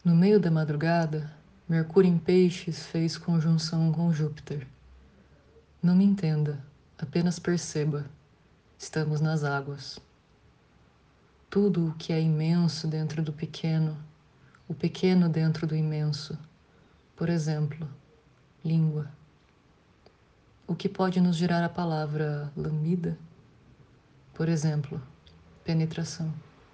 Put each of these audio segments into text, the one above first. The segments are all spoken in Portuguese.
No meio da madrugada, Mercúrio em Peixes fez conjunção com Júpiter. Não me entenda, apenas perceba. Estamos nas águas. Tudo o que é imenso dentro do pequeno, o pequeno dentro do imenso. Por exemplo, língua. O que pode nos gerar a palavra lambida? Por exemplo, penetração.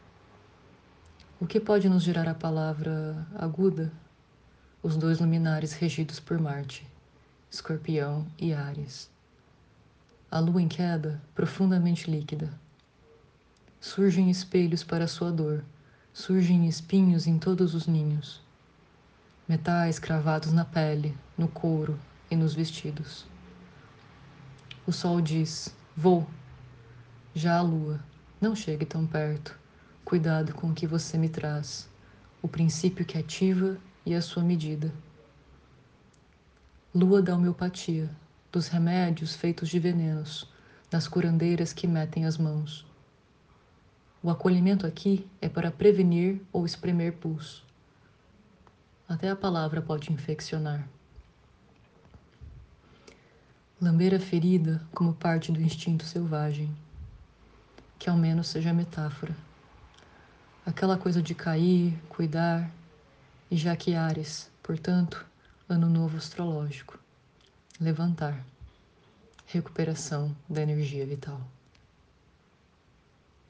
O que pode nos gerar a palavra aguda? Os dois luminares regidos por Marte, Escorpião e Áries. A lua em queda, profundamente líquida. Surgem espelhos para sua dor, surgem espinhos em todos os ninhos. Metais cravados na pele, no couro e nos vestidos. O sol diz: vou. Já a lua: não chegue tão perto. Cuidado com o que você me traz. O princípio que ativa e a sua medida. Lua da homeopatia, dos remédios feitos de venenos, das curandeiras que metem as mãos. O acolhimento aqui é para prevenir ou espremer pus. Até a palavra pode infeccionar. Lamber a ferida como parte do instinto selvagem. Que ao menos seja metáfora. Aquela coisa de cair, cuidar, e já que Áries, portanto, ano novo astrológico. Levantar. Recuperação da energia vital.